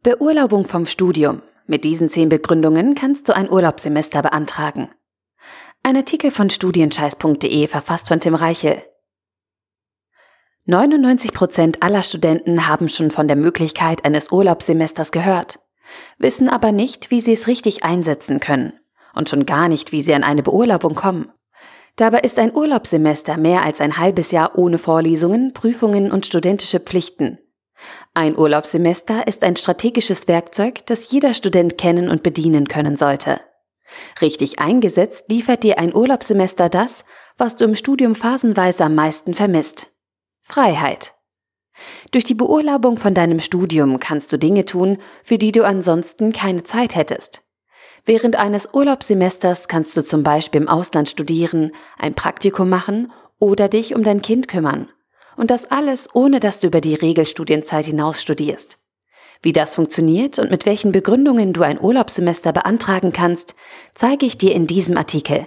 Beurlaubung vom Studium. Mit diesen 10 Begründungen kannst du ein Urlaubssemester beantragen. Ein Artikel von studienscheiß.de, verfasst von Tim Reichel. 99% aller Studenten haben schon von der Möglichkeit eines Urlaubssemesters gehört, wissen aber nicht, wie sie es richtig einsetzen können und schon gar nicht, wie sie an eine Beurlaubung kommen. Dabei ist ein Urlaubssemester mehr als ein halbes Jahr ohne Vorlesungen, Prüfungen und studentische Pflichten. Ein Urlaubssemester ist ein strategisches Werkzeug, das jeder Student kennen und bedienen können sollte. Richtig eingesetzt liefert dir ein Urlaubssemester das, was du im Studium phasenweise am meisten vermisst: Freiheit. Durch die Beurlaubung von deinem Studium kannst du Dinge tun, für die du ansonsten keine Zeit hättest. Während eines Urlaubssemesters kannst du zum Beispiel im Ausland studieren, ein Praktikum machen oder dich um dein Kind kümmern. Und das alles, ohne dass du über die Regelstudienzeit hinaus studierst. Wie das funktioniert und mit welchen Begründungen du ein Urlaubssemester beantragen kannst, zeige ich dir in diesem Artikel.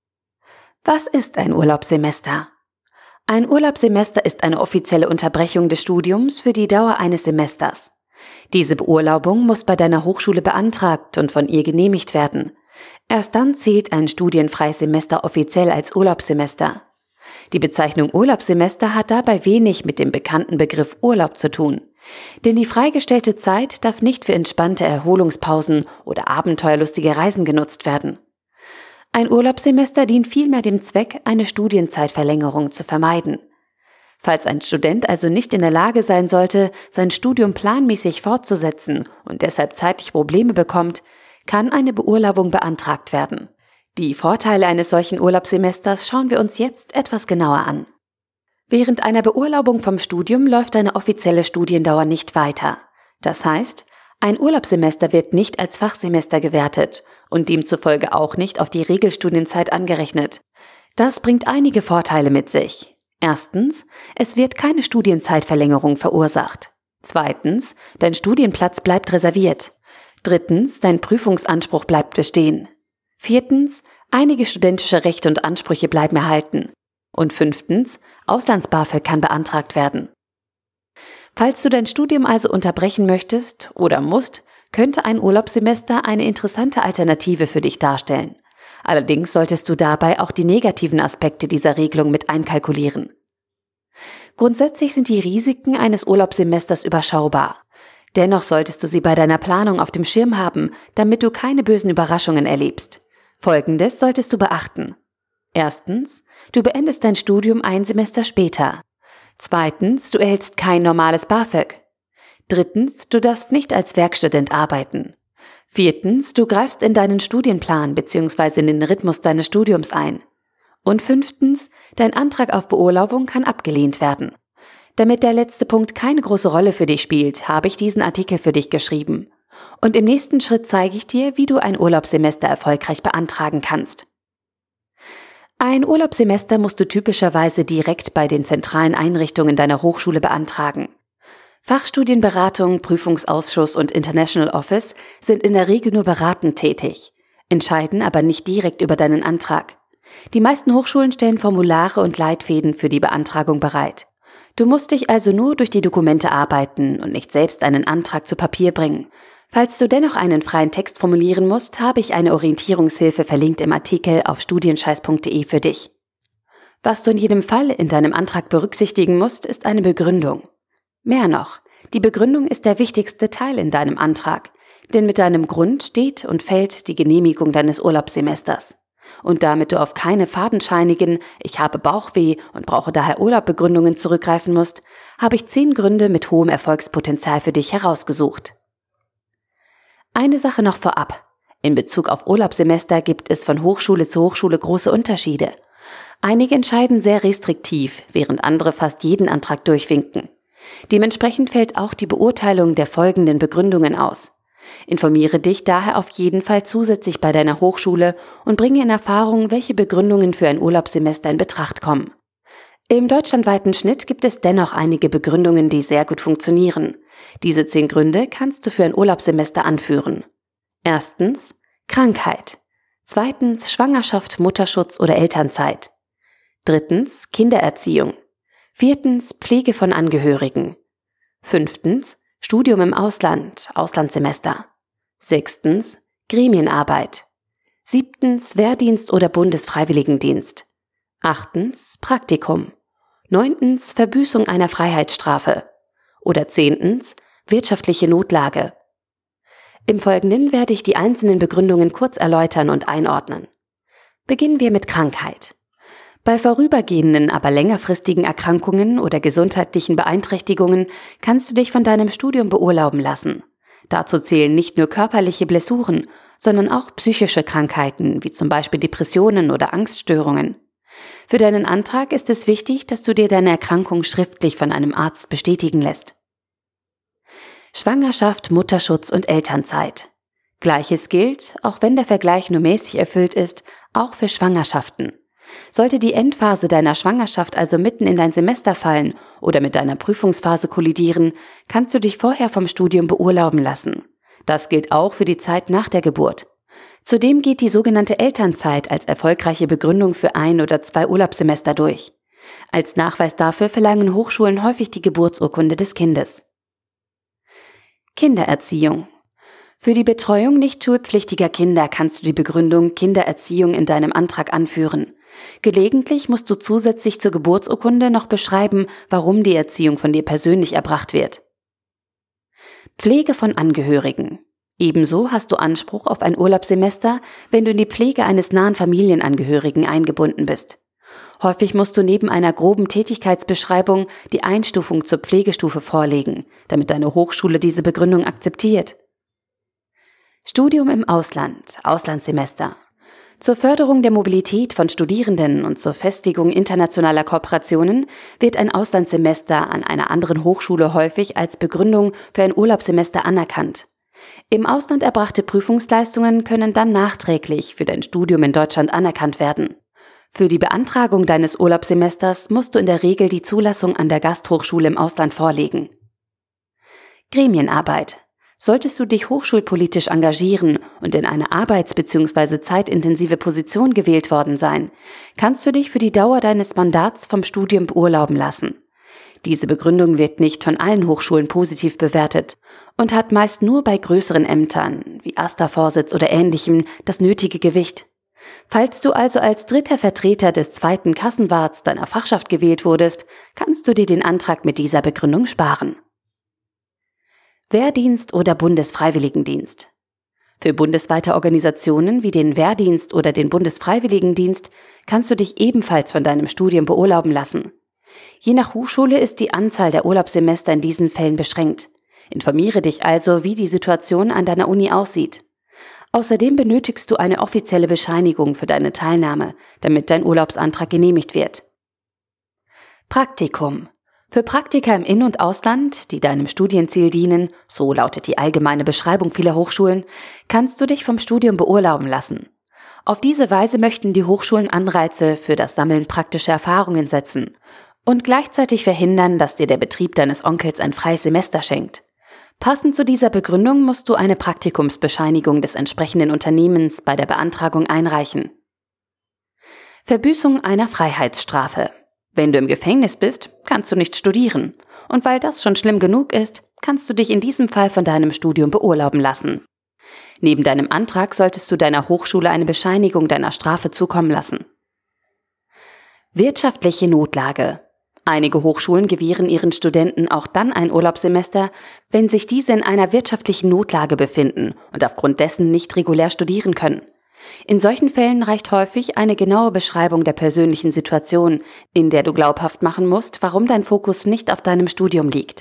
Was ist ein Urlaubssemester? Ein Urlaubssemester ist eine offizielle Unterbrechung des Studiums für die Dauer eines Semesters. Diese Beurlaubung muss bei deiner Hochschule beantragt und von ihr genehmigt werden. Erst dann zählt ein studienfreies Semester offiziell als Urlaubssemester. Die Bezeichnung Urlaubssemester hat dabei wenig mit dem bekannten Begriff Urlaub zu tun. Denn die freigestellte Zeit darf nicht für entspannte Erholungspausen oder abenteuerlustige Reisen genutzt werden. Ein Urlaubssemester dient vielmehr dem Zweck, eine Studienzeitverlängerung zu vermeiden. Falls ein Student also nicht in der Lage sein sollte, sein Studium planmäßig fortzusetzen und deshalb zeitlich Probleme bekommt, kann eine Beurlaubung beantragt werden. Die Vorteile eines solchen Urlaubssemesters schauen wir uns jetzt etwas genauer an. Während einer Beurlaubung vom Studium läuft eine offizielle Studiendauer nicht weiter. Das heißt, ein Urlaubssemester wird nicht als Fachsemester gewertet und demzufolge auch nicht auf die Regelstudienzeit angerechnet. Das bringt einige Vorteile mit sich. Erstens, es wird keine Studienzeitverlängerung verursacht. Zweitens, dein Studienplatz bleibt reserviert. Drittens, dein Prüfungsanspruch bleibt bestehen. Viertens, einige studentische Rechte und Ansprüche bleiben erhalten. Und fünftens, Auslands-BAföG kann beantragt werden. Falls du dein Studium also unterbrechen möchtest oder musst, könnte ein Urlaubssemester eine interessante Alternative für dich darstellen. Allerdings solltest du dabei auch die negativen Aspekte dieser Regelung mit einkalkulieren. Grundsätzlich sind die Risiken eines Urlaubssemesters überschaubar. Dennoch solltest du sie bei deiner Planung auf dem Schirm haben, damit du keine bösen Überraschungen erlebst. Folgendes solltest du beachten. Erstens, du beendest dein Studium ein Semester später. Zweitens, du erhältst kein normales BAföG. Drittens, du darfst nicht als Werkstudent arbeiten. Viertens, du greifst in deinen Studienplan bzw. in den Rhythmus deines Studiums ein. Und fünftens, dein Antrag auf Beurlaubung kann abgelehnt werden. Damit der letzte Punkt keine große Rolle für dich spielt, habe ich diesen Artikel für dich geschrieben. Und im nächsten Schritt zeige ich dir, wie du ein Urlaubssemester erfolgreich beantragen kannst. Ein Urlaubssemester musst du typischerweise direkt bei den zentralen Einrichtungen deiner Hochschule beantragen. Fachstudienberatung, Prüfungsausschuss und International Office sind in der Regel nur beratend tätig, entscheiden aber nicht direkt über deinen Antrag. Die meisten Hochschulen stellen Formulare und Leitfäden für die Beantragung bereit. Du musst dich also nur durch die Dokumente arbeiten und nicht selbst einen Antrag zu Papier bringen. Falls du dennoch einen freien Text formulieren musst, habe ich eine Orientierungshilfe verlinkt im Artikel auf studienscheiß.de für dich. Was du in jedem Fall in deinem Antrag berücksichtigen musst, ist eine Begründung. Mehr noch, die Begründung ist der wichtigste Teil in deinem Antrag, denn mit deinem Grund steht und fällt die Genehmigung deines Urlaubssemesters. Und damit du auf keine fadenscheinigen „Ich habe Bauchweh und brauche daher Urlaub"Begründungen zurückgreifen musst, habe ich 10 Gründe mit hohem Erfolgspotenzial für dich herausgesucht. Eine Sache noch vorab. In Bezug auf Urlaubssemester gibt es von Hochschule zu Hochschule große Unterschiede. Einige entscheiden sehr restriktiv, während andere fast jeden Antrag durchwinken. Dementsprechend fällt auch die Beurteilung der folgenden Begründungen aus. Informiere dich daher auf jeden Fall zusätzlich bei deiner Hochschule und bringe in Erfahrung, welche Begründungen für ein Urlaubssemester in Betracht kommen. Im deutschlandweiten Schnitt gibt es dennoch einige Begründungen, die sehr gut funktionieren. Diese 10 Gründe kannst du für ein Urlaubssemester anführen. Erstens, Krankheit. Zweitens, Schwangerschaft, Mutterschutz oder Elternzeit. Drittens, Kindererziehung. Viertens, Pflege von Angehörigen. Fünftens, Studium im Ausland, Auslandssemester. 6. Gremienarbeit. 7. Wehrdienst oder Bundesfreiwilligendienst. 8. Praktikum. 9. Verbüßung einer Freiheitsstrafe. Oder 10. Wirtschaftliche Notlage. Im Folgenden werde ich die einzelnen Begründungen kurz erläutern und einordnen. Beginnen wir mit Krankheit. Bei vorübergehenden, aber längerfristigen Erkrankungen oder gesundheitlichen Beeinträchtigungen kannst du dich von deinem Studium beurlauben lassen. Dazu zählen nicht nur körperliche Blessuren, sondern auch psychische Krankheiten, wie zum Beispiel Depressionen oder Angststörungen. Für deinen Antrag ist es wichtig, dass du dir deine Erkrankung schriftlich von einem Arzt bestätigen lässt. Schwangerschaft, Mutterschutz und Elternzeit. Gleiches gilt, auch wenn der Vergleich nur mäßig erfüllt ist, auch für Schwangerschaften. Sollte die Endphase deiner Schwangerschaft also mitten in dein Semester fallen oder mit deiner Prüfungsphase kollidieren, kannst du dich vorher vom Studium beurlauben lassen. Das gilt auch für die Zeit nach der Geburt. Zudem geht die sogenannte Elternzeit als erfolgreiche Begründung für 1 oder 2 Urlaubssemester durch. Als Nachweis dafür verlangen Hochschulen häufig die Geburtsurkunde des Kindes. Kindererziehung. Für die Betreuung nicht schulpflichtiger Kinder kannst du die Begründung Kindererziehung in deinem Antrag anführen. Gelegentlich musst du zusätzlich zur Geburtsurkunde noch beschreiben, warum die Erziehung von dir persönlich erbracht wird. Pflege von Angehörigen. Ebenso hast du Anspruch auf ein Urlaubssemester, wenn du in die Pflege eines nahen Familienangehörigen eingebunden bist. Häufig musst du neben einer groben Tätigkeitsbeschreibung die Einstufung zur Pflegestufe vorlegen, damit deine Hochschule diese Begründung akzeptiert. Studium im Ausland, Auslandssemester. Zur Förderung der Mobilität von Studierenden und zur Festigung internationaler Kooperationen wird ein Auslandssemester an einer anderen Hochschule häufig als Begründung für ein Urlaubssemester anerkannt. Im Ausland erbrachte Prüfungsleistungen können dann nachträglich für dein Studium in Deutschland anerkannt werden. Für die Beantragung deines Urlaubssemesters musst du in der Regel die Zulassung an der Gasthochschule im Ausland vorlegen. Gremienarbeit. Solltest du dich hochschulpolitisch engagieren und in eine arbeits- bzw. zeitintensive Position gewählt worden sein, kannst du dich für die Dauer deines Mandats vom Studium beurlauben lassen. Diese Begründung wird nicht von allen Hochschulen positiv bewertet und hat meist nur bei größeren Ämtern, wie AStA-Vorsitz oder Ähnlichem, das nötige Gewicht. Falls du also als dritter Vertreter des 2. Kassenwarts deiner Fachschaft gewählt wurdest, kannst du dir den Antrag mit dieser Begründung sparen. Wehrdienst oder Bundesfreiwilligendienst. Für bundesweite Organisationen wie den Wehrdienst oder den Bundesfreiwilligendienst kannst du dich ebenfalls von deinem Studium beurlauben lassen. Je nach Hochschule ist die Anzahl der Urlaubssemester in diesen Fällen beschränkt. Informiere dich also, wie die Situation an deiner Uni aussieht. Außerdem benötigst du eine offizielle Bescheinigung für deine Teilnahme, damit dein Urlaubsantrag genehmigt wird. Praktikum. Für Praktika im In- und Ausland, die deinem Studienziel dienen, so lautet die allgemeine Beschreibung vieler Hochschulen, kannst du dich vom Studium beurlauben lassen. Auf diese Weise möchten die Hochschulen Anreize für das Sammeln praktischer Erfahrungen setzen und gleichzeitig verhindern, dass dir der Betrieb deines Onkels ein freies Semester schenkt. Passend zu dieser Begründung musst du eine Praktikumsbescheinigung des entsprechenden Unternehmens bei der Beantragung einreichen. Verbüßung einer Freiheitsstrafe. Wenn du im Gefängnis bist, kannst du nicht studieren. Und weil das schon schlimm genug ist, kannst du dich in diesem Fall von deinem Studium beurlauben lassen. Neben deinem Antrag solltest du deiner Hochschule eine Bescheinigung deiner Strafe zukommen lassen. Wirtschaftliche Notlage. Einige Hochschulen gewähren ihren Studenten auch dann ein Urlaubssemester, wenn sich diese in einer wirtschaftlichen Notlage befinden und aufgrund dessen nicht regulär studieren können. In solchen Fällen reicht häufig eine genaue Beschreibung der persönlichen Situation, in der du glaubhaft machen musst, warum dein Fokus nicht auf deinem Studium liegt.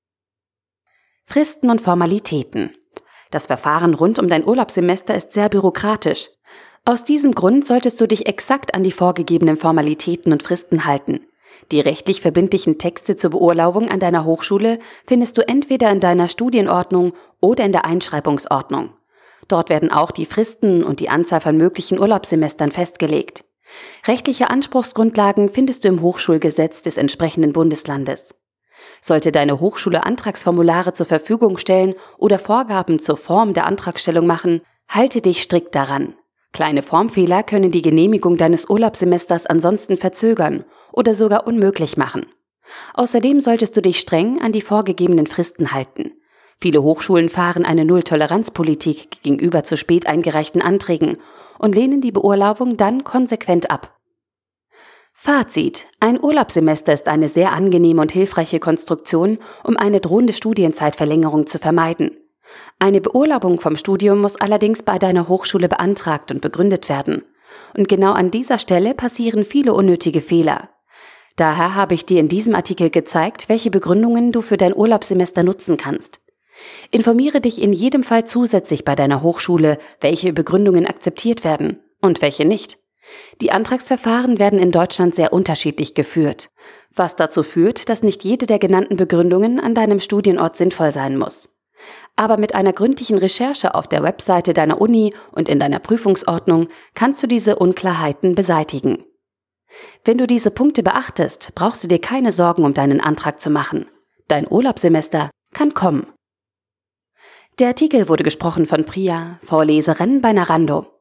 Fristen und Formalitäten. Das Verfahren rund um dein Urlaubssemester ist sehr bürokratisch. Aus diesem Grund solltest du dich exakt an die vorgegebenen Formalitäten und Fristen halten. Die rechtlich verbindlichen Texte zur Beurlaubung an deiner Hochschule findest du entweder in deiner Studienordnung oder in der Einschreibungsordnung. Dort werden auch die Fristen und die Anzahl von möglichen Urlaubssemestern festgelegt. Rechtliche Anspruchsgrundlagen findest du im Hochschulgesetz des entsprechenden Bundeslandes. Sollte deine Hochschule Antragsformulare zur Verfügung stellen oder Vorgaben zur Form der Antragstellung machen, halte dich strikt daran. Kleine Formfehler können die Genehmigung deines Urlaubssemesters ansonsten verzögern oder sogar unmöglich machen. Außerdem solltest du dich streng an die vorgegebenen Fristen halten. Viele Hochschulen fahren eine Null-Toleranz-Politik gegenüber zu spät eingereichten Anträgen und lehnen die Beurlaubung dann konsequent ab. Fazit: Ein Urlaubssemester ist eine sehr angenehme und hilfreiche Konstruktion, um eine drohende Studienzeitverlängerung zu vermeiden. Eine Beurlaubung vom Studium muss allerdings bei deiner Hochschule beantragt und begründet werden. Und genau an dieser Stelle passieren viele unnötige Fehler. Daher habe ich dir in diesem Artikel gezeigt, welche Begründungen du für dein Urlaubssemester nutzen kannst. Informiere dich in jedem Fall zusätzlich bei deiner Hochschule, welche Begründungen akzeptiert werden und welche nicht. Die Antragsverfahren werden in Deutschland sehr unterschiedlich geführt, was dazu führt, dass nicht jede der genannten Begründungen an deinem Studienort sinnvoll sein muss. Aber mit einer gründlichen Recherche auf der Webseite deiner Uni und in deiner Prüfungsordnung kannst du diese Unklarheiten beseitigen. Wenn du diese Punkte beachtest, brauchst du dir keine Sorgen um deinen Antrag zu machen. Dein Urlaubssemester kann kommen. Der Artikel wurde gesprochen von Priya, Vorleserin bei Narando.